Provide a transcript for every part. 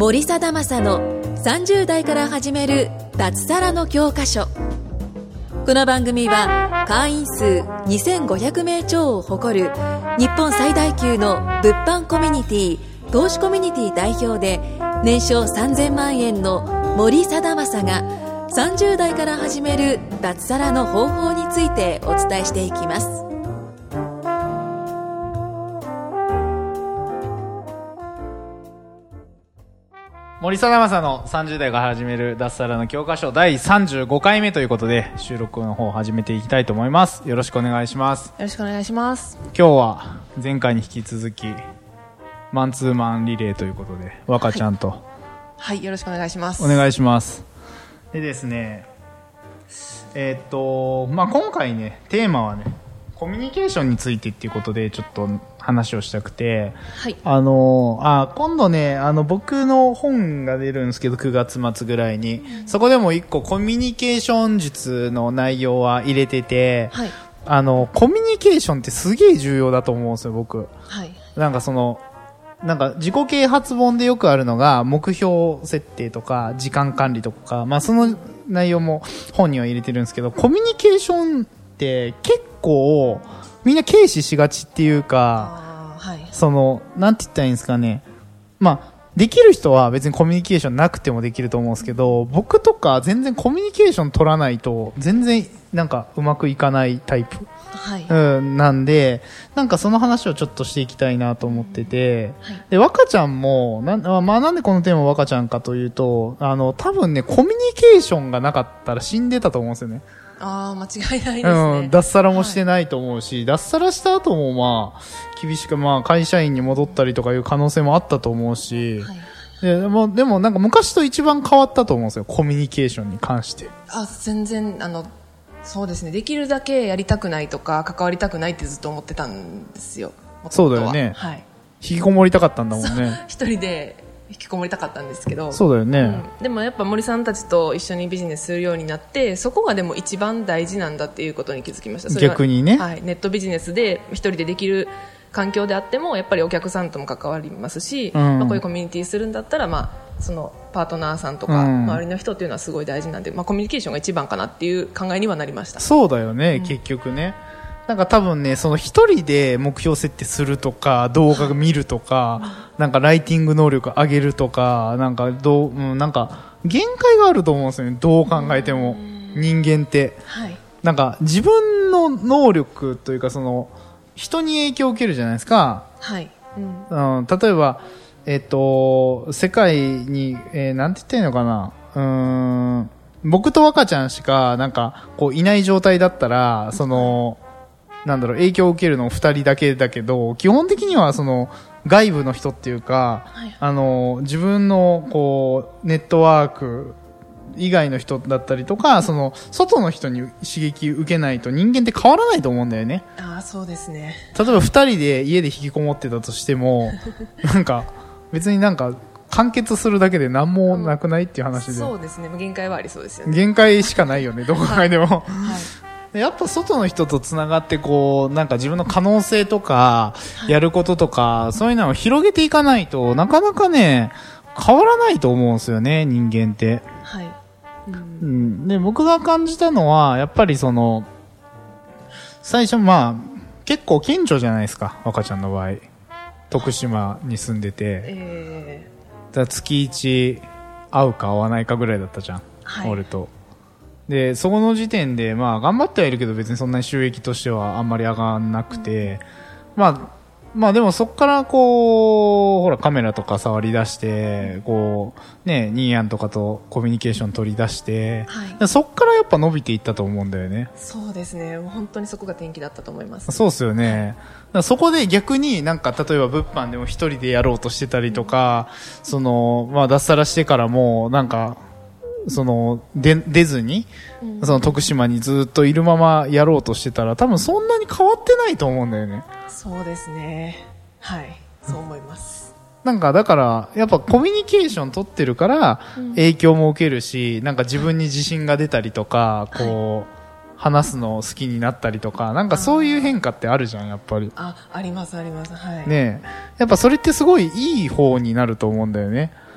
森貞正の30代から始める脱サラの教科書。この番組は会員数2500名超を誇る日本最大級の物販コミュニティ投資コミュニティ代表で年商3000万円の森貞正が30代から始める脱サラの方法についてお伝えしていきます。 森貞正の30代から始める脱サラの教科書第35回目ということで収録の方を始めていきたいと思います。よろしくお願いします。 よろしくお願いします。 今日は前回に引き続きマンツーマンリレーということで若ちゃんと、 はい、よろしくお願いします。 お願いします。でですね、今回ねテーマはねコミュニケーションについてっていうことでちょっと話をしたくて、 はい、 今度ね僕の本が出るんですけど9月末ぐらいに、そこでも1個コミュニケーション術の内容は入れてて、 はい、 コミュニケーションってすげえ重要だと思うんですよ僕。 はい、 なんか自己啓発本でよくあるのが目標設定とか時間管理とか、その内容も本には入れてるんですけど、コミュニケーションって結構みんな軽視しがちっていうか、 はい、 なんて言ったらいいんですかね。できる人は別にコミュニケーションなくてもできると思うんですけど、僕とか全然コミュニケーション取らないと全然うまくいかないタイプ、 はい、 なんでその話をちょっとしていきたいなと思ってて、 はい、 で若ちゃんもなんでこのテーマ若ちゃんかというと、多分ねコミュニケーションがなかったら死んでたと思うんですよね。 間違いないですね。 脱サラもしてないと思うし、はい、脱サラした後も厳しく会社員に戻ったりとかいう可能性もあったと思うし、はい、でも昔と一番変わったと思うんですよ、コミュニケーションに関して。 全然そうですね、できるだけやりたくないとか関わりたくないってずっと思ってたんですよ。 そうだよね、 はい、 引きこもりたかったんだもんね。 一人で引きこもりたかったんですけど。 そうだよね、 でもやっぱ森さんたちと一緒にビジネスするようになって、そこがでも一番大事なんだっていうことに気づきました。それは逆にね、 はい、ネットビジネスで一人でできる環境であってもやっぱりお客さんとも関わりますし、こういうコミュニティするんだったら、そのパートナーさんとか周りの人っていうのはすごい大事なんで、コミュニケーションが一番かなっていう考えにはなりました。 そうだよね、結局ね。多分ね、一人で目標設定するとか動画見るとか、ライティング能力上げるとか限界があると思うんですよね、どう考えても。人間って、 はい、 自分の能力というか人に影響を受けるじゃないですか。 はい、 例えば世界に、なんて言ったらいいのかな、僕と若ちゃんしかいない状態だったら影響を受けるの2人だけだけど、基本的には外部の人っていうか、はい、自分のネットワーク以外の人だったりとか、外の人に刺激受けないと人間って変わらないと思うんだよね。 そうですね。 例えば2人で家で引きこもってたとしても別に完結するだけで何もなくないっていう話で、 そうですね、限界はありそうですよね。 限界しかないよね、どこかでも、 はい、 やっぱ外の人とつながって自分の可能性とかやることとか、そういうのを広げていかないとなかなかね変わらないと思うんですよね、人間って。 はい、 で僕が感じたのはやっぱり最初結構近所じゃないですか、若ちゃんの場合徳島に住んでて、月1会うか会わないかぐらいだったじゃん、はい、俺と。でそこの時点で頑張ってはいるけど別にそんなに収益としてはあんまり上がらなくて、でもそこからほらカメラとか触り出してニーヤンとかとコミュニケーション取り出して、はい、そこからやっぱ伸びていったと思うんだよね。 そうですね、本当にそこが転機だったと思います。 そうですよね。そこで逆に例えば物販でも一人でやろうとしてたりとか、脱サラしてからも出ずに、徳島にずっといるままやろうとしてたら多分そんなに変わってないと思うんだよね。 そうですね、はい、そう思います。 だからやっぱコミュニケーション取ってるから影響も受けるし、自分に自信が出たりとか、話すのを好きになったりとか、そういう変化ってあるじゃん、やっぱり。 ありますあります、はい。 ねえ、やっぱそれってすごいいい方になると思うんだよね。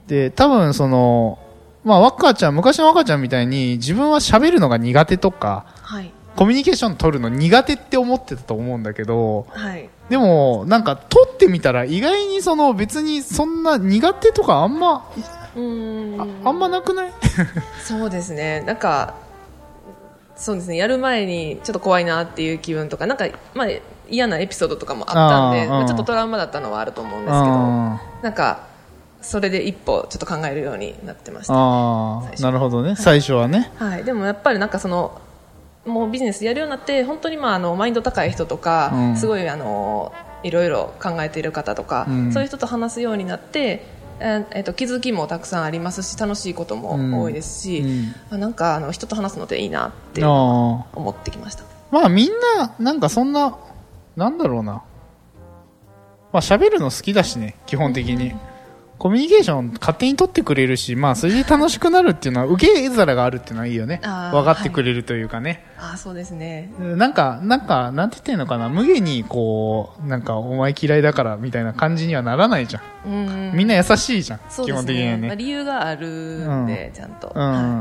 で、多分まあ、昔の若ちゃんみたいに自分は喋るのが苦手とか、はい、コミュニケーション取るの苦手って思ってたと思うんだけど、はい、でもなんか取ってみたら意外に別にそんな苦手とかあんまなくないそうですね。なんかそうですね、やる前にちょっと怖いなっていう気分とか、なんか、まあ、嫌なエピソードとかもあったんで、まあ、ちょっとトラウマだったのはあると思うんですけど、なんかそれで一歩ちょっと考えるようになってました、ね、 なるほどね、はい、最初はね、 はい、でもやっぱりなんかもうビジネスやるようになって本当にマインド高い人とか、すごいいろいろ考えている方とか、そういう人と話すようになって、気づきもたくさんありますし楽しいことも多いですし、なんか人と話すのっていいなって思ってきました。 まあみんななんかそんななんだろうな、まあ喋るの好きだしね、基本的に、コミュニケーション勝手に取ってくれるし、まあそれで楽しくなるっていうのは受け皿があるっていうのはいいよね。分かってくれるというかね。 はい、そうですね。 なんて言ってんのかな、無限になんかお前嫌いだからみたいな感じにはならないじゃん。みんな優しいじゃん。基本的にはね。 まあ、理由があるんで、ちゃんと。 はい、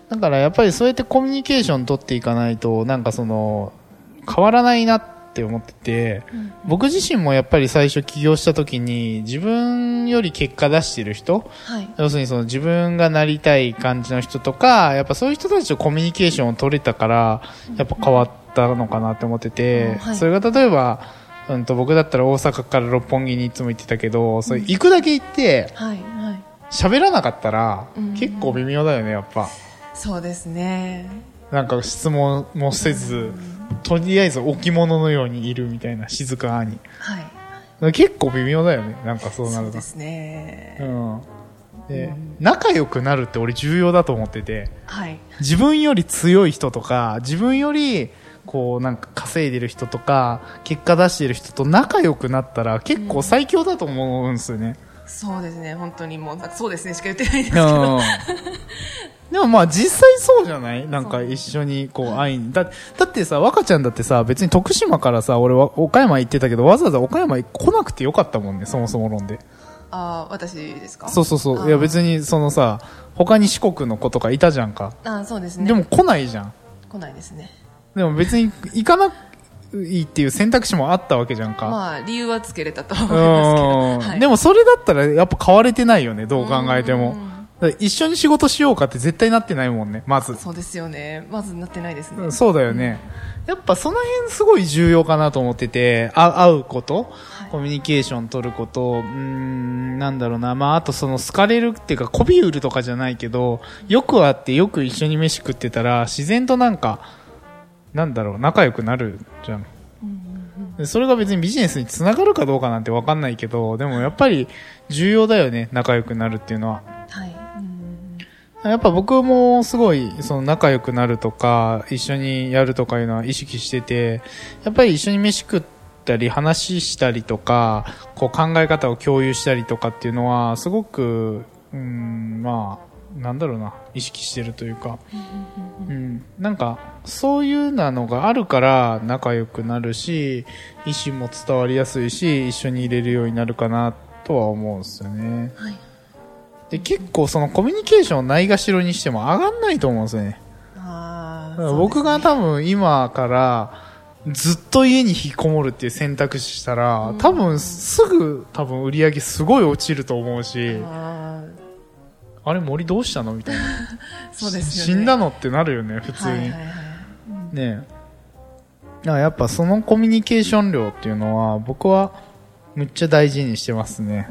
だからやっぱりそうやってコミュニケーション取っていかないと、なんか変わらないなって思ってて、僕自身もやっぱり最初起業した時に自分より結果出してる人、はい、要するに自分がなりたい感じの人とか、やっぱそういう人たちとコミュニケーションを取れたからやっぱ変わったのかなって思ってて、それが例えば、僕だったら大阪から六本木にいつも行ってたけど、それ行くだけ行って喋らなかったら結構微妙だよね、やっぱ。 そうですね。 なんか質問もせず、とりあえず置物のようにいるみたいな、静かに、はい、結構微妙だよね、なんかそうなると。そうですね、で、仲良くなるって俺重要だと思ってて、はい、自分より強い人とか自分よりなんか稼いでる人とか結果出してる人と仲良くなったら結構最強だと思うんですよね、 そうですね、本当にもうそうですねしか言ってないですけどでもまあ実際そうじゃない？なんか一緒に会いにだってさ、若ちゃんだってさ、別に徳島からさ、俺は岡山行ってたけどわざわざ岡山来なくてよかったもんね、そもそも論で。 私ですか？ そういや別にさ、他に四国の子とかいたじゃんか。 そうですね。 でも来ないじゃん。 来ないですね。 でも別に行かないっていう選択肢もあったわけじゃんか。 まあ理由はつけれたと思いますけど、はい、 でもそれだったらやっぱ変われてないよね、どう考えても。一緒に仕事しようかって絶対なってないもんね、まず。 そうですよね、まずなってないですね。 そうだよね、やっぱその辺すごい重要かなと思ってて、会うこと、はい、コミュニケーション取ること、なんだろうな、まああと好かれるっていうか媚び売るとかじゃないけど、よく会ってよく一緒に飯食ってたら自然となんかなんだろう、仲良くなるじゃん。それが別にビジネスにつながるかどうかなんて分かんないけど、でもやっぱり重要だよね、仲良くなるっていうのは。はい、やっぱ僕もすごい仲良くなるとか一緒にやるとかいうのは意識してて、やっぱり一緒に飯食ったり話したりとか考え方を共有したりとかっていうのはすごくまあなんだろうな、意識してるというか、なんかそういうのがあるから仲良くなるし、意思も伝わりやすいし、一緒に入れるようになるかなとは思うんですよね。はい、で結構コミュニケーションをないがしろにしても上がんないと思うんですよね。僕が多分今からずっと家に引きこもるっていう選択肢したら、多分すぐ売り上げすごい落ちると思うし、あれ森どうしたのみたいなそうですよね、 死んだのってなるよね普通に、ねえ。やっぱそのコミュニケーション量っていうのは僕はむっちゃ大事にしてますね。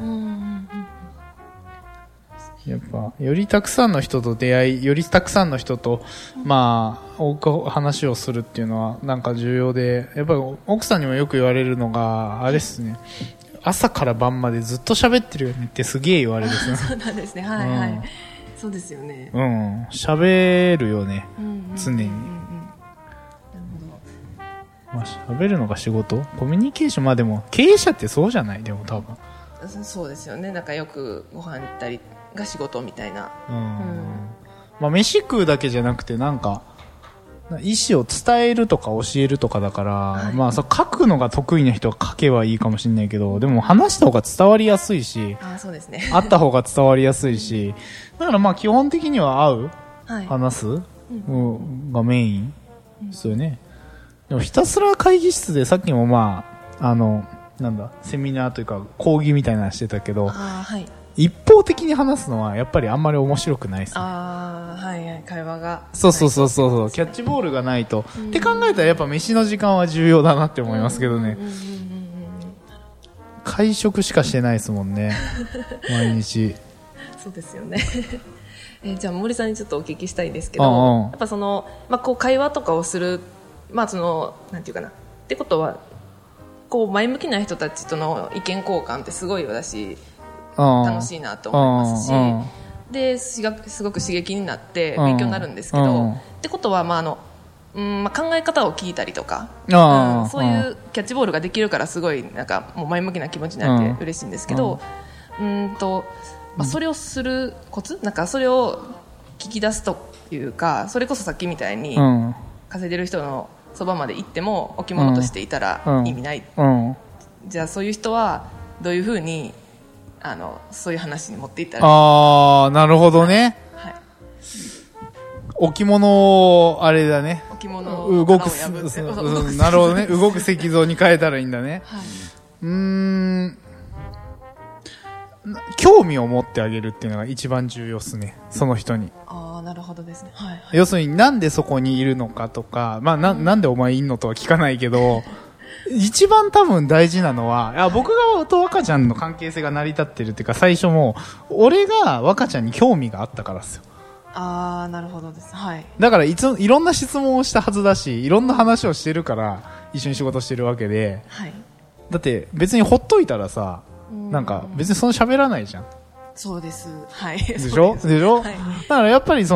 やっぱよりたくさんの人と出会い、よりたくさんの人とまあ話をするっていうのはなんか重要で、やっぱり奥さんにもよく言われるのがあれですね、朝から晩までずっと喋ってるよねってすげえ言われるんですよ。 そうなんですね、はいはい、そうですよね。 喋るよね、常に。まあ喋るのが仕事、コミュニケーション、まあでも経営者ってそうじゃない？でも多分そうですよね。なんかよくご飯行ったりが仕事みたいな。 まあ飯食うだけじゃなくてなんか意思を伝えるとか教えるとかだから、はい、まあ書くのが得意な人は書けばいいかもしれないけど、でも話した方が伝わりやすいし、 そうですね。 会った方が伝わりやすいし、だからまあ基本的には会う、はい、話す、がメインですよね。でもひたすら会議室でさっきもまあ、なんだ、セミナーというか講義みたいなのしてたけど、はい、一方的に話すのはやっぱりあんまり面白くないですね。 はいはい、会話が。 そう、キャッチボールがないと。って考えたらやっぱ飯の時間は重要だなって思いますけどね。会食しかしてないですもんね。毎日。 そうですよね。じゃあ森さんにちょっとお聞きしたいんですけど、やっぱこう会話とかをする、なんていうかな。ってことは、こう前向きな人たちとの意見交換ってすごい私、楽しいなと思いますし、ですごく刺激になって勉強になるんですけど、ってことは、考え方を聞いたりとか、そういうキャッチボールができるからすごいなんかもう前向きな気持ちになって嬉しいんですけど、それをするコツ、なんかそれを聞き出すというか、それこそさっきみたいに稼いでる人のそばまで行っても置物としていたら意味ない、じゃあそういう人はどういうふうにそういう話に持っていったら。 なるほどね。はい。置物を、あれだね。 置物を動く、 なるほどね。動く石像に変えたらいいんだね。はい、興味を持ってあげるっていうのが一番重要ですね。その人に。 なるほどですね。はい、はい。 要するになんでそこにいるのかとか、なんでお前いんのとは聞かないけど、一番多分大事なのは、僕がと若ちゃんの関係性が成り立ってるっていうか、最初も俺が若ちゃんに興味があったからですよ。 なるほどです。はい。 だからいろんな質問をしたはずだし、いろんな話をしてるから一緒に仕事してるわけで、はい。だって別にほっといたらさ、なんか別にその喋らないじゃん。 そうです。はい。 でしょ、はい、だからやっぱり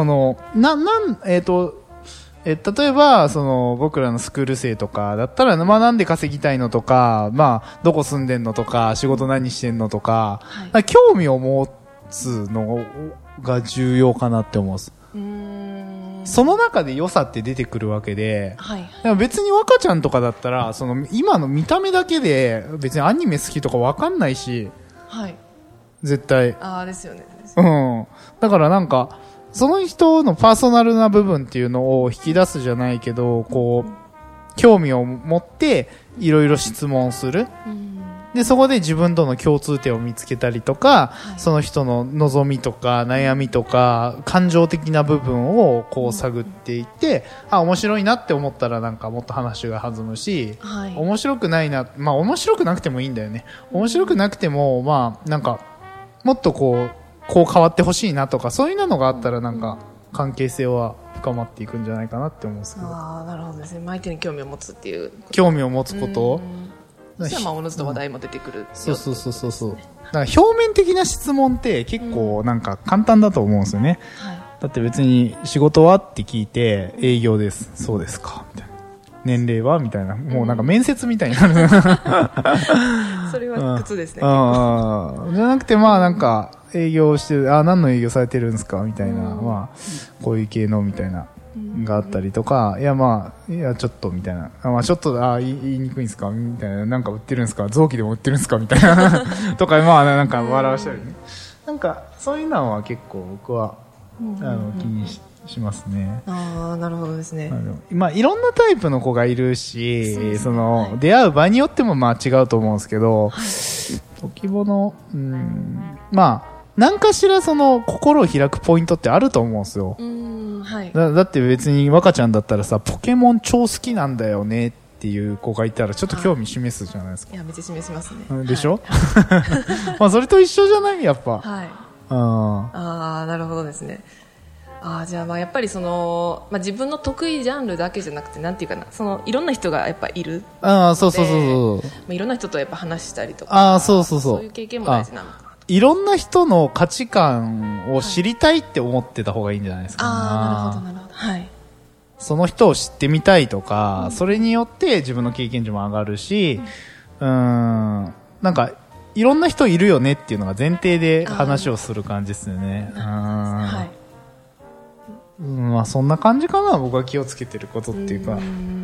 例えば、僕らのスクール生とかだったら、なんで稼ぎたいのとか、どこ住んでんのとか、仕事何してんのとか、はい、興味を持つのが重要かなって思うんです。その中で良さって出てくるわけで、はい、でも別に若ちゃんとかだったら、今の見た目だけで、別にアニメ好きとかわかんないし、はい、絶対。 ですよね。 だからなんか、その人のパーソナルな部分っていうのを引き出すじゃないけど、こう、興味を持っていろいろ質問する。で、そこで自分との共通点を見つけたりとか、その人の望みとか悩みとか、感情的な部分をこう探っていって、面白いなって思ったらなんかもっと話が弾むし、面白くないな、面白くなくてもいいんだよね。面白くなくても、なんか、もっとこう変わってほしいなとか、そういうのがあったらなんか関係性は深まっていくんじゃないかなって思うんですけど。 なるほどですね。相手に興味を持つっていう。 興味を持つこと。 そしたらおのずと話題も出てくる。 そう。だから表面的な質問って結構なんか簡単だと思うんですよね。だって別に仕事はって聞いて営業です。そうですか。みたいな。年齢はみたいな。もうなんか面接みたいになる。 それは苦痛ですね。じゃなくてなんか、営業してる、何の営業されてるんですかみたいな、こういう系のみたいな、があったりとか、いやちょっとみたいな、ちょっと、言いにくいんですかみたいな、なんか売ってるんですか臓器でも売ってるんですかみたいな、とか、なんか笑わしたりね。なんか、そういうのは結構僕は、気にしますね。 なるほどですね。 いろんなタイプの子がいるし、出会う場によっても違うと思うんですけど、置物、何かしら心を開くポイントってあると思うんですよ。はい、だって別に若ちゃんだったらさ、ポケモン超好きなんだよねっていう子がいたらちょっと興味示すじゃないですか。 いや、めっちゃ示しますね。 でしょ、はい、それと一緒じゃないやっぱ。 はい。なるほどですね。じゃあやっぱり自分の得意ジャンルだけじゃなくて、なんていうかな、いろんな人がやっぱいる。いろんな人とやっぱ話したりとか。そういう経験も大事なのか。 いろんな人の価値観を知りたいって思ってた方がいいんじゃないですか、ね。 なるほど。はい。 その人を知ってみたいとか、それによって自分の経験値も上がるし、なんか、いろんな人いるよねっていうのが前提で話をする感じですよね。 はい。 まあそんな感じかな、僕は気をつけてることっていうか。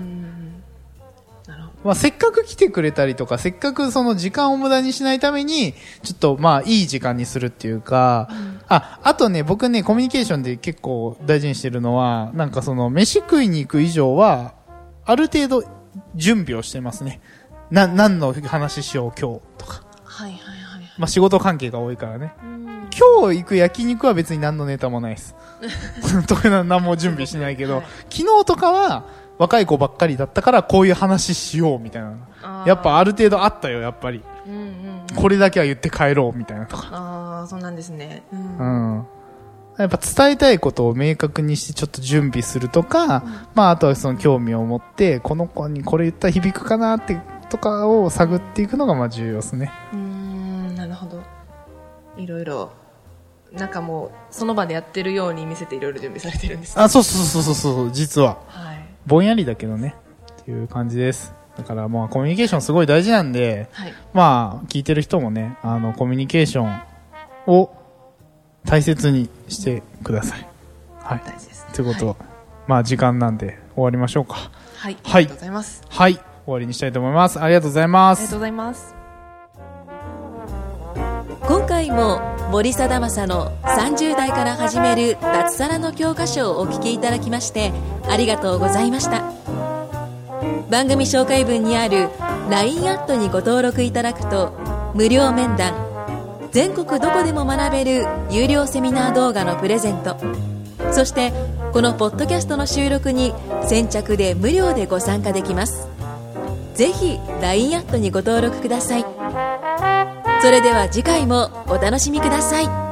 まあ、せっかく来てくれたりとか、せっかくその時間を無駄にしないために、ちょっとまあいい時間にするっていうか、あとね、僕ね、コミュニケーションで結構大事にしてるのは、なんかその飯食いに行く以上は、ある程度準備をしてますね。何の話しよう今日とか。はいはいはい。まあ仕事関係が多いからね。今日行く焼肉は別に何のネタもないです。特に何も準備しないけど、はい、昨日とかは若い子ばっかりだったからこういう話しようみたいな。やっぱある程度あったよ、やっぱり。これだけは言って帰ろうみたいなとか。 ああ、そうなんですね。 やっぱ伝えたいことを明確にしてちょっと準備するとか、まああとはその興味を持って、この子にこれ言ったら響くかなってとかを探っていくのがまあ重要ですね。 なるほど。いろいろ。なんかもうその場でやってるように見せていろいろ準備されてるんです、ね、 あ、そう実は、はい、ぼんやりだけどねっていう感じです。だからまあコミュニケーションすごい大事なんで、はい、まあ聞いてる人もね、コミュニケーションを大切にしてください。はい。大事です、ね。ということは、はい、まあ時間なんで終わりましょうか。 はい。ありがとうございます。 はい。終わりにしたいと思います。ありがとうございます。 ありがとうございます。 今回も森貞正の30代から始める脱サラの教科書をお聞きいただきましてありがとうございました。番組紹介文にある LINE アットにご登録いただくと無料面談、全国どこでも学べる有料セミナー動画のプレゼント、そしてこのポッドキャストの収録に先着で無料でご参加できます。ぜひ LINE アットにご登録ください。それでは次回もお楽しみください。